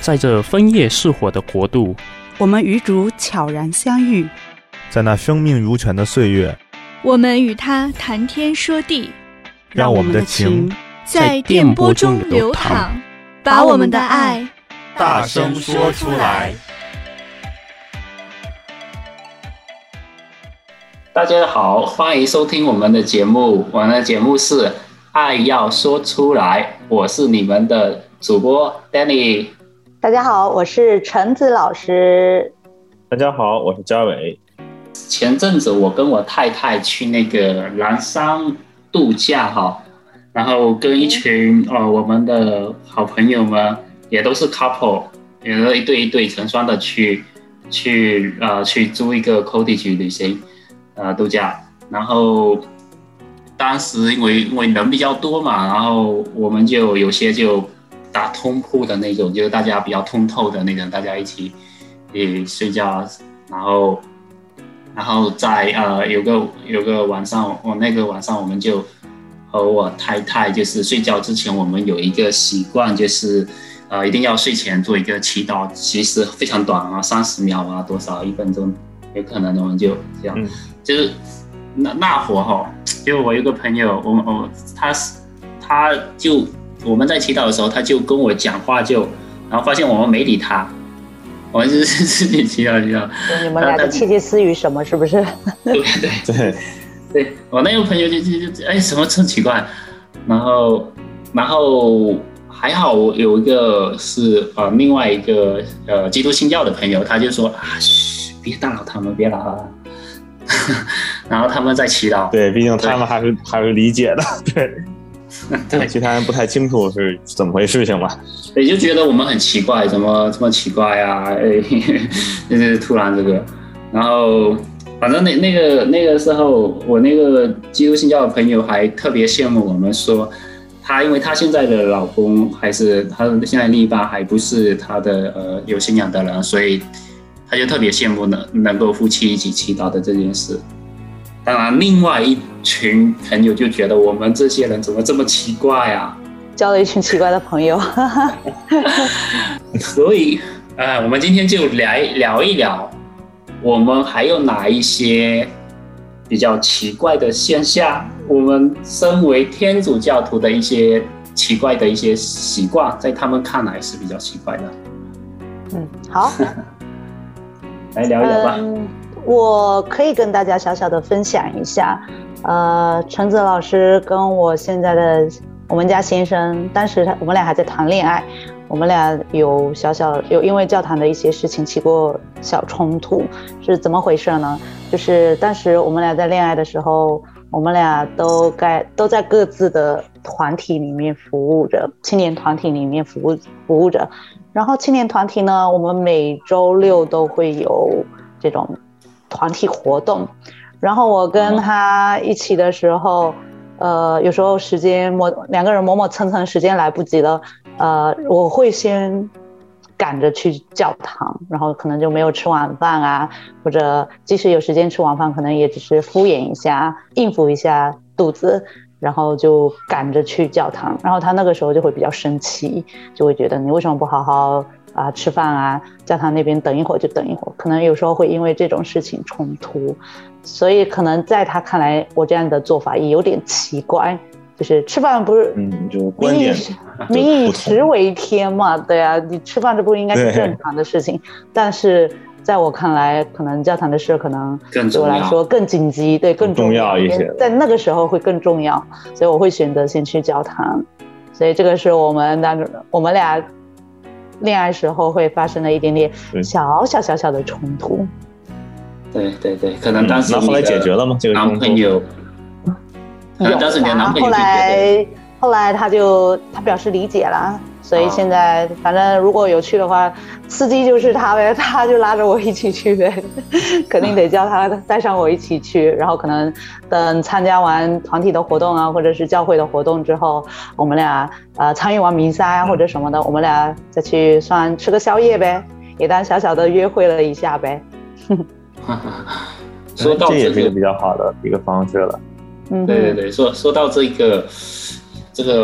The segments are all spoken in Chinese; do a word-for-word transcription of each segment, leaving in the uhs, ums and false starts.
在这枫叶似火的国度， 我们与主悄然相遇， 在那生命如泉的岁月， 我们与他谈天说地， 让我们的情在电波中流淌，把我们的爱大声说出来。 大家好，欢迎收听我们的节目，我们的节目是爱要说出来，我是你们的主播 Danny。 大家好，我是橙子老师。 大家好，我是嘉伟。 前阵子我跟我太太去那个蓝山度假哈，然后跟一群、呃、我们的好朋友们，也都是 couple， 也都一对一对成双的去去呃去租一个 cottage 旅行呃度假，然后当时因为因为人比较多嘛，然后我们就有些就打通铺的那种，就是大家比较通透的那种，大家一起也睡觉，然后然后在呃有个有个晚上，我那个晚上我们就和我太太就是睡觉之前，我们有一个习惯，就是呃一定要睡前做一个祈祷，其实非常短啊，三十秒啊，多少一分钟，有可能我们就这样，嗯、就是那那会哈，就我有个朋友，我我他他就我们在祈祷的时候，他就跟我讲话就，然后发现我们没理他。我们就是自己祈祷祈祷， 你们俩的窃窃私语什么是不是？ 对对对对，我那个朋友就就就哎什么真奇怪，然后然后还好我有一个是呃另外一个呃基督新教的朋友，他就说啊嘘，别打扰他们，别打扰他们，然后他们在祈祷， 对，毕竟他们还是还是理解的，对。对，其他人不太清楚是怎么回事情吧？ 也就觉得我们很奇怪，怎么这么奇怪啊？哎，就是突然这个，然后反正那那个那个时候，我那个基督新教的朋友还特别羡慕我们说，他因为他现在的老公还是他现在另一半还不是他的呃有信仰的人，所以他就特别羡慕能能够夫妻一起祈祷的这件事。当然，另外一群朋友就觉得我们这些人怎么这么奇怪啊？ 交了一群奇怪的朋友。 所以，呃，我们今天就来聊一聊，我们还有哪一些比较奇怪的现象？我们身为天主教徒的一些奇怪的一些习惯，在他们看来是比较奇怪的。 嗯，好， 来聊一聊吧。 嗯，我可以跟大家小小的分享一下，呃，橙子老师跟我现在的我们家先生，当时我们俩还在谈恋爱，我们俩有小小有因为教堂的一些事情起过小冲突，是怎么回事呢？就是当时我们俩在恋爱的时候，我们俩都该都在各自的团体里面服务着，青年团体里面服务服务着，然后青年团体呢，我们每周六都会有这种团体活动，然后我跟他一起的时候，呃，有时候时间磨两个人磨磨蹭蹭，时间来不及了，呃，我会先赶着去教堂，然后可能就没有吃晚饭啊，或者即使有时间吃晚饭，可能也只是敷衍一下，应付一下肚子，然后就赶着去教堂，然后他那个时候就会比较生气，就会觉得你为什么不好好啊，吃饭啊，教堂那边等一会儿就等一会儿，可能有时候会因为这种事情冲突，所以可能在他看来，我这样的做法也有点奇怪，就是吃饭不是， 嗯，就观点民以食为天嘛，对啊，你吃饭这不应该是正常的事情，但是在我看来，可能教堂的事可能对我来说更紧急，对，更重要一些， 在那个时候会更重要，所以我会选择先去教堂，所以这个是我们当中我们俩恋爱时候会发生的一点点小小小小的冲突。 对对对，可能当时、 嗯、那后来解决了吗？这个男朋友，可能当时你的男朋友后来后来他就他表示理解了，所以现在反正如果有去的话，司机就是他呗，他就拉着我一起去呗，肯定得叫他带上我一起去，然后可能等参加完团体的活动啊，或者是教会的活动之后，我们俩呃参与完弥撒啊或者什么的，我们俩再去算吃个宵夜呗，也当小小的约会了一下呗。 说到、这个、 这也是一个比较好的一个方式了。 嗯，对对对，说说到这个这个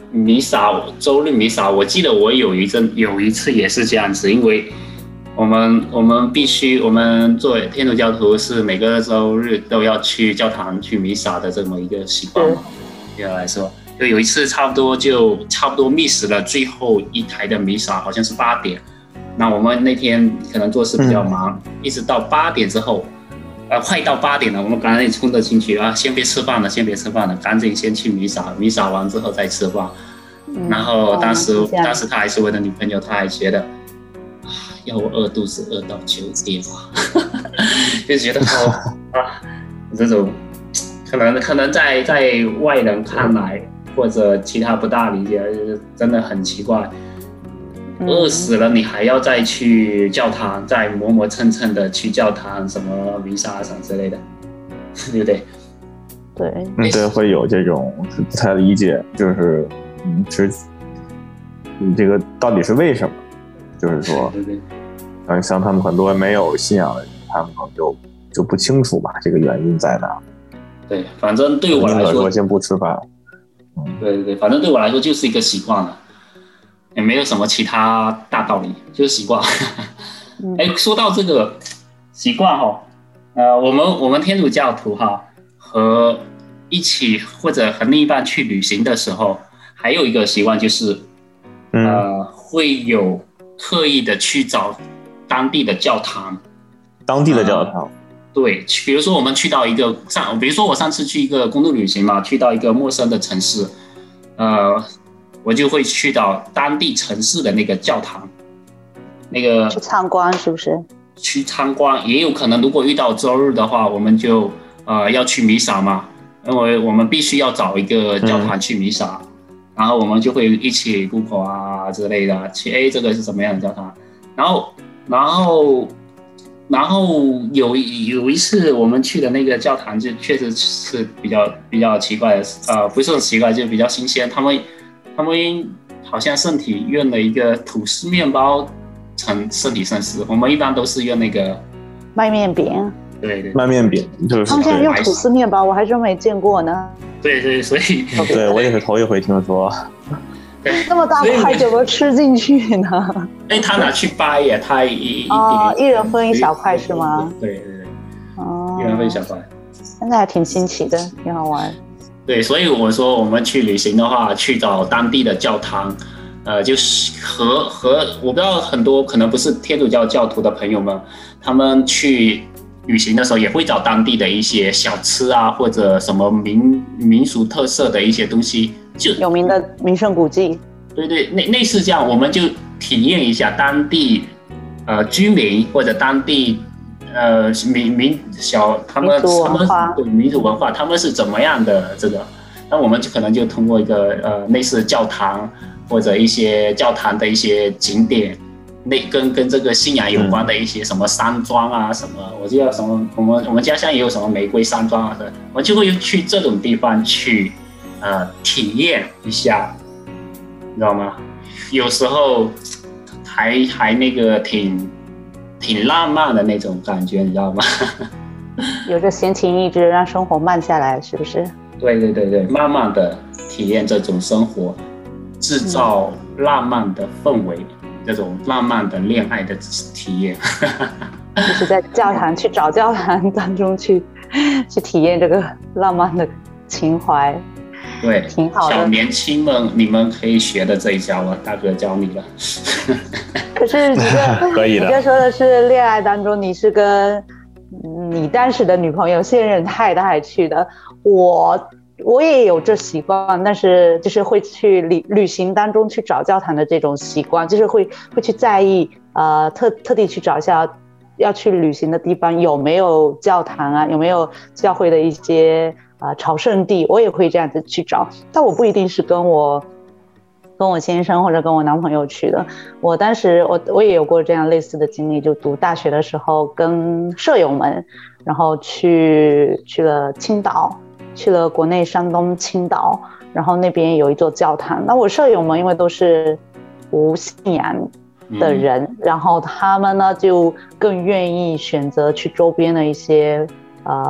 弥撒，周日弥撒，我记得我有一阵有一次也是这样子，因为我们我们必须，我们作为天主教徒是每个周日都要去教堂去弥撒的这么一个习惯嘛。对我来说，就有一次差不多就差不多 miss 了最后一台的弥撒，好像是八点。那我们那天可能做事比较忙，嗯、一直到八点之后，呃，快到八点了，我们赶紧冲着进去啊！先别吃饭了，先别吃饭了，赶紧先去弥撒，弥撒完之后再吃饭。嗯、然后当时、哦、当时他还是我的女朋友，他还觉得。要我饿肚子饿到九点啊，就觉得说啊，这种可能可能在在外人看来，或者其他不大理解，真的很奇怪。饿死了，你还要再去教堂，再磨磨蹭蹭的去教堂，什么弥撒什么之类的，对不对？ 对， 嗯，对，会有这种不太理解，就是嗯，是你这个到底是为什么？就是说， 对对。 嗯，像他们很多没有信仰的人，他们可能就就不清楚吧，这个原因在哪？ 对，反正对我来说， 说先不吃饭。 嗯，对对对，反正对我来说就是一个习惯了，也没有什么其他大道理，就是习惯。哎、嗯，说到这个习惯哈，呃，我们我们天主教徒哈，和一起或者和另一半去旅行的时候，还有一个习惯就是， 嗯、 呃，会有刻意的去找。当地的教堂， 当地的教堂、呃， 对，比如说我们去到一个上，比如说我上次去一个公路旅行嘛，去到一个陌生的城市，呃，我就会去到当地城市的那个教堂，那个去参观是不是？ 去参观，也有可能如果遇到周日的话，我们就呃要去弥撒嘛，因为我们必须要找一个教堂去弥撒，嗯、然后我们就会一起 Google 啊之类的，去哎这个是什么样的教堂，然后。然后，然后有有一次我们去的那个教堂，就确实是比较比较奇怪的，呃，不是很奇怪，就比较新鲜。他们他们好像圣体用了一个吐司面包成圣体圣事，我们一般都是用那个麦面饼。 对对， 麦面饼就是。 他们现在用吐司面包，我还真没见过呢。 对对，所以对我也是头一回听说。 这么大块怎么吃进去呢？ 哎，他拿去掰耶，他一哦，一人分一小块是吗？ 对对对，哦，一人分一小块， 现在还挺新奇的，挺好玩。 对，所以我说我们去旅行的话，去找当地的教堂，呃，就是和和我不知道很多可能不是天主教教徒的朋友们，他们去旅行的时候也会找当地的一些小吃啊，或者什么民民俗特色的一些东西。就有名的名胜古迹， 对对，类类似这样，我们就体验一下当地呃居民或者当地呃民民小他们他们对民族文化，他们是怎么样的这个，那我们就可能就通过一个呃类似教堂或者一些教堂的一些景点，那跟跟这个信仰有关的一些什么山庄啊、嗯、什么，我记得什么我们我们家乡也有什么玫瑰山庄啊的，我就会去这种地方去。呃，体验一下，你知道吗？有时候还还那个挺挺浪漫的那种感觉，你知道吗？ 有着闲情逸致，让生活慢下来，是不是？ 对对对对，慢慢的体验这种生活，制造浪漫的氛围，嗯、这种浪漫的恋爱的体验。 就是在教堂去找教堂当中去去体验这个浪漫的情怀。 对， 挺好的。 小年轻们，你们可以学的这一招啊，大哥教你了。 可是你这可以的，你这说的是恋爱当中，你是跟你当时的女朋友、现任太太去的。我我也有这习惯，但是就是会去旅旅行当中去找教堂的这种习惯，就是会会去在意，呃，特特地去找一下要去旅行的地方有没有教堂啊，有没有教会的一些。啊、呃，朝圣地我也会这样子去找，但我不一定是跟我跟我先生或者跟我男朋友去的。我当时我我也有过这样类似的经历，就读大学的时候跟舍友们，然后去去了青岛，去了国内山东青岛，然后那边有一座教堂。那我舍友们因为都是无信仰的人，嗯、然后他们呢就更愿意选择去周边的一些呃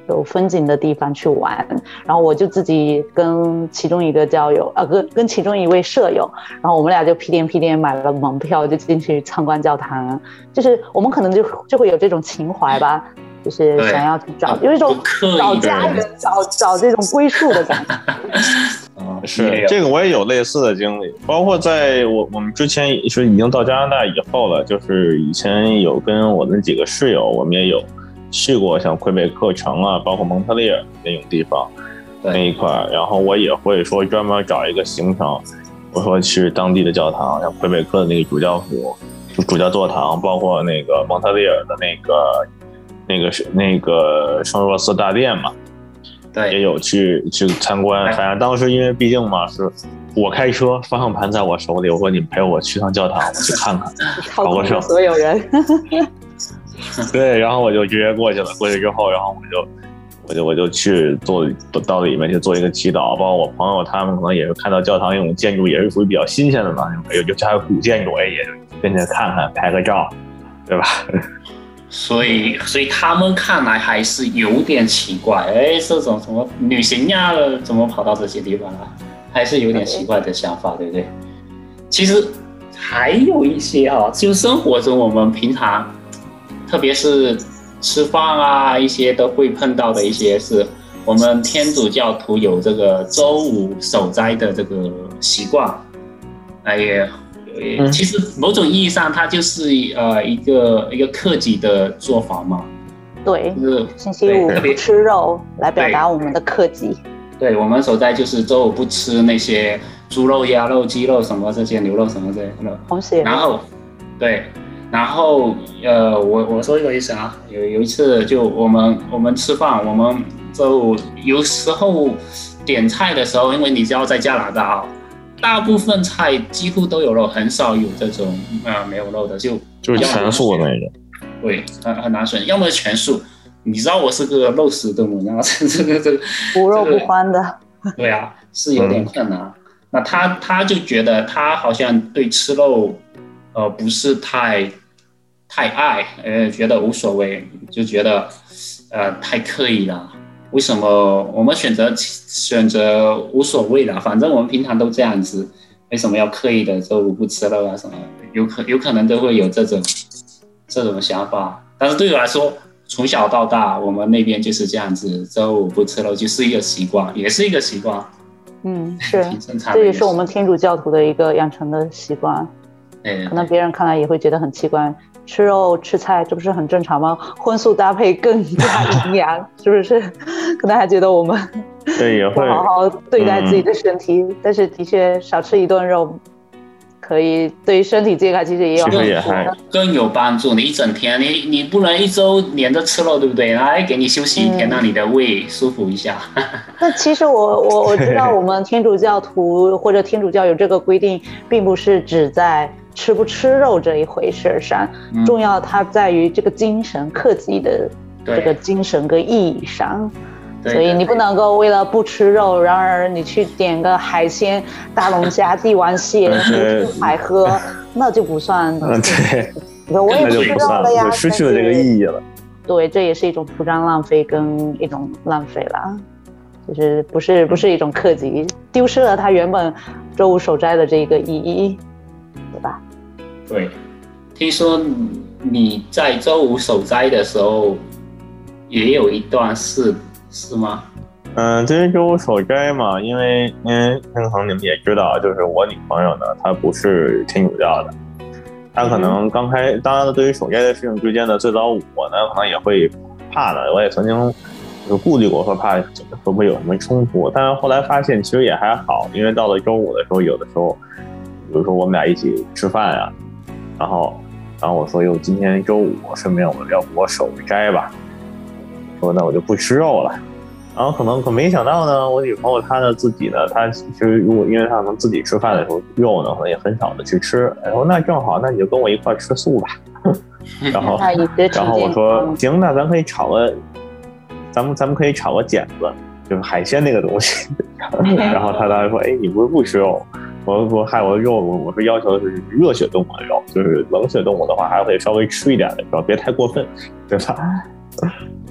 有风景的地方去玩，然后我就自己跟其中一个交友，呃，跟跟其中一位舍友，然后我们俩就屁颠屁颠买了门票，就进去参观教堂。就是我们可能就就会有这种情怀吧，就是想要去找，有一种找家人、找找这种归属的感觉。 是这个我也有类似的经历，包括在我我们之前是已经到加拿大以后了，就是以前有跟我的几个室友，我们也有去过像魁北克城啊，包括蒙特利尔那种地方那一块，然后我也会说专门找一个行程，我说去当地的教堂，像魁北克的那个主教府、主教座堂，包括那个蒙特利尔的那个那个是那个圣若瑟大殿嘛。 对， 也有去去参观，反正当时因为毕竟嘛是我开车，方向盘在我手里，我说你陪我去趟教堂，我去看看， 跑过去所有人。 对，然后我就直接过去了，过去之后，然后我就我就我就去做到里面去做一个祈祷，包括我朋友他们可能也是看到教堂那种建筑也是属于比较新鲜的嘛，有就还有古建筑，也跟着看看拍个照，对吧？ 所以，所以他们看来还是有点奇怪，哎，这种什么旅行呀，怎么跑到这些地方来？还是有点奇怪的想法，对不对？其实还有一些啊，就生活中我们平常，特别是吃饭啊，一些都会碰到的一些事。我们天主教徒有这个周五守斋的这个习惯，哎呀。其实某种意义上，它就是呃一个一个克己的做法嘛。 对，就是星期五不吃肉来表达我们的克己。 对，我们守斋就是周五不吃那些猪肉、鸭肉、鸡肉什么这些牛肉什么这些肉。 红血。 然后，对，然后呃，我我说一个意思啊，有有一次就我们我们吃饭，我们周五有时候点菜的时候，因为你知道在加拿大啊。大部分菜几乎都有肉，很少有这种呃没有肉的，就就是全素的那种。 对，很很难选，要么全素。你知道我是个肉食动物，然后这个这个无肉不欢的。 对啊，是有点困难。嗯、那他他就觉得他好像对吃肉，呃，不是太太爱，呃，觉得无所谓，就觉得呃太刻意了。为什么我们选择选择无所谓了？反正我们平常都这样子，为什么要刻意的周五不吃肉啊什么？有可有可能都会有这种这种想法。但是对我来说，从小到大，我们那边就是这样子，周五不吃肉就是一个习惯，也是一个习惯。 嗯，是，这也是我们天主教徒的一个养成的习惯。可能别人看来也会觉得很奇怪。吃肉吃菜这不是很正常吗？荤素搭配更加营养，是不是？可能还觉得我们对也会好好对待自己的身体，嗯、但是的确少吃一顿肉，可以对于身体健康其实也有其实也还更有帮助。你一整天，你你不能一周连着吃肉，对不对？来给你休息一天，嗯、让你的胃舒服一下。 那其实我我我知道，我们天主教徒或者天主教有这个规定，并不是只在吃不吃肉这一回事上，嗯、重要它在于这个精神克己的这个精神跟意义上。所以你不能够为了不吃肉，然而你去点个海鲜、大龙虾、帝王蟹、海喝，那就不算。 嗯，对， 我也不吃肉了呀， 就失去了这个意义了。 对，这也是一种铺张浪费跟一种浪费啦，就是不是不是一种克己，丢失了它原本周五守斋的这个意义，对吧？ 对，听说你在周五守斋的时候也有一段事。是吗？ 嗯，这是周五守斋嘛，因为因为可能你们也知道，就是我女朋友呢，她不是天主教的，她可能刚开，当然对于守斋的事情之间呢，最早我呢可能也会怕的，我也曾经有顾虑过，说怕会不会有什么冲突，但是后来发现其实也还好，因为到了周五的时候，有的时候，比如说我们俩一起吃饭啊，然后然后我说哟，今天周五，顺便我要不我守斋吧。说那我就不吃肉了，然后可能可没想到呢，我女朋友她呢自己呢，她其实如果因为她可能自己吃饭的时候肉呢可能也很少的去吃，然后那正好，那你就跟我一块吃素吧。然后然后我说行，那咱可以炒个，咱们咱们可以炒个茧子，就是海鲜那个东西。然后她当时说，哎，你不是不吃肉？我说害我肉，我说要求的是热血动物的肉，就是冷血动物的话还会稍微吃一点的肉，别太过分，对吧？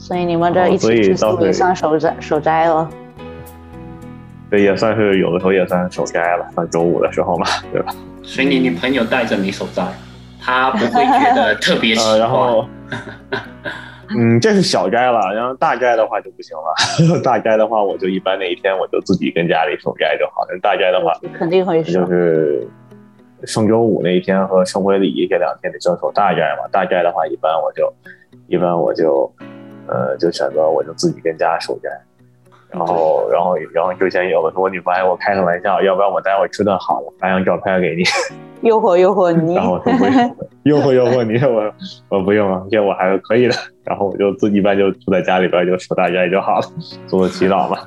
所以你们这一起吃素也算守斋守斋了。 对，也算是有的时候也算守斋了，算周五的时候嘛，对吧？ 所以你女朋友带着你守斋，她不会觉得特别奇怪。 呃、然后，嗯，这是小斋了，然后大斋的话就不行了。大斋的话，我就一般那一天我就自己跟家里守斋就好。大斋的话， 肯定会守。 就是圣周五那一天和圣灰礼这两天得遵守大斋嘛。大斋的话，一般我就一般我就呃就选择我就自己跟家守斋。然后，然后，然后之前有的时候我女朋友我开个玩笑，要不然我待会儿吃顿好了，发张照片给你， 诱惑诱惑你。 然后我说不用，诱惑诱惑你，我我不用了，这我还是可以的。然后我就自己一般就住在家里边就守大斋就好了，做做祈祷嘛。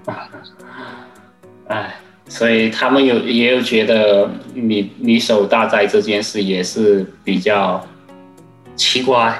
哎，所以他们有也有觉得你你守大斋这件事也是比较奇怪。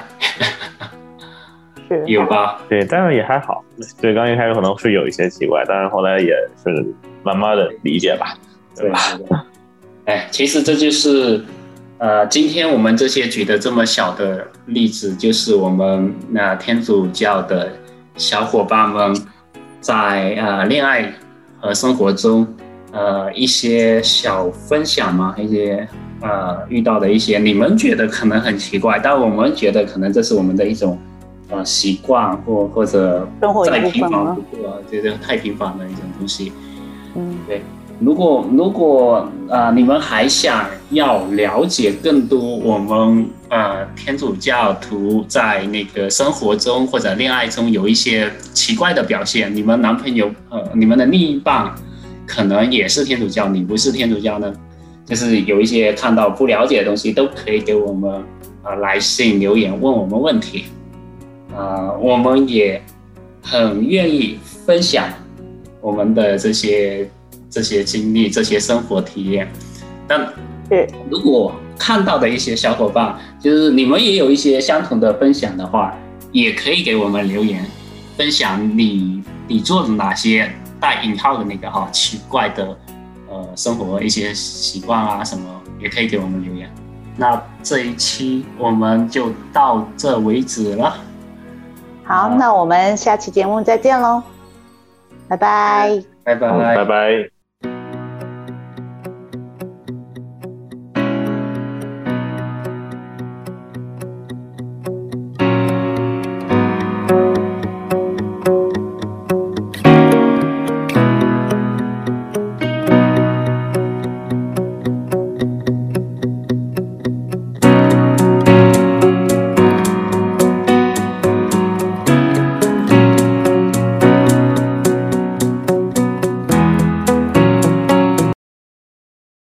有吧？ 对，但是也还好。对，刚一开始可能是有一些奇怪，但是后来也是慢慢的理解吧，对吧？ 对对哎，其实这就是呃，今天我们这些举的这么小的例子，就是我们那、呃、天主教的小伙伴们在呃恋爱和生活中呃一些小分享嘛，一些呃遇到的一些你们觉得可能很奇怪，但我们觉得可能这是我们的一种。呃，习惯或或者再平凡不过，觉得太平凡的一种东西。嗯，对。如果如果呃你们还想要了解更多我们呃天主教徒在那个生活中或者恋爱中有一些奇怪的表现，你们男朋友呃你们的另一半可能也是天主教，你不是天主教呢，就是有一些看到不了解的东西，都可以给我们呃来信留言问我们问题。呃，我们也很愿意分享我们的这些这些经历、这些生活体验。但如果看到的一些小伙伴，就是你们也有一些相同的分享的话，也可以给我们留言，分享你你做的哪些带引号的那个哈奇怪的呃生活一些习惯啊什么，也可以给我们留言。那这一期我们就到这为止了。 好，那我们下期节目再见喽，拜拜， 拜拜， 拜拜。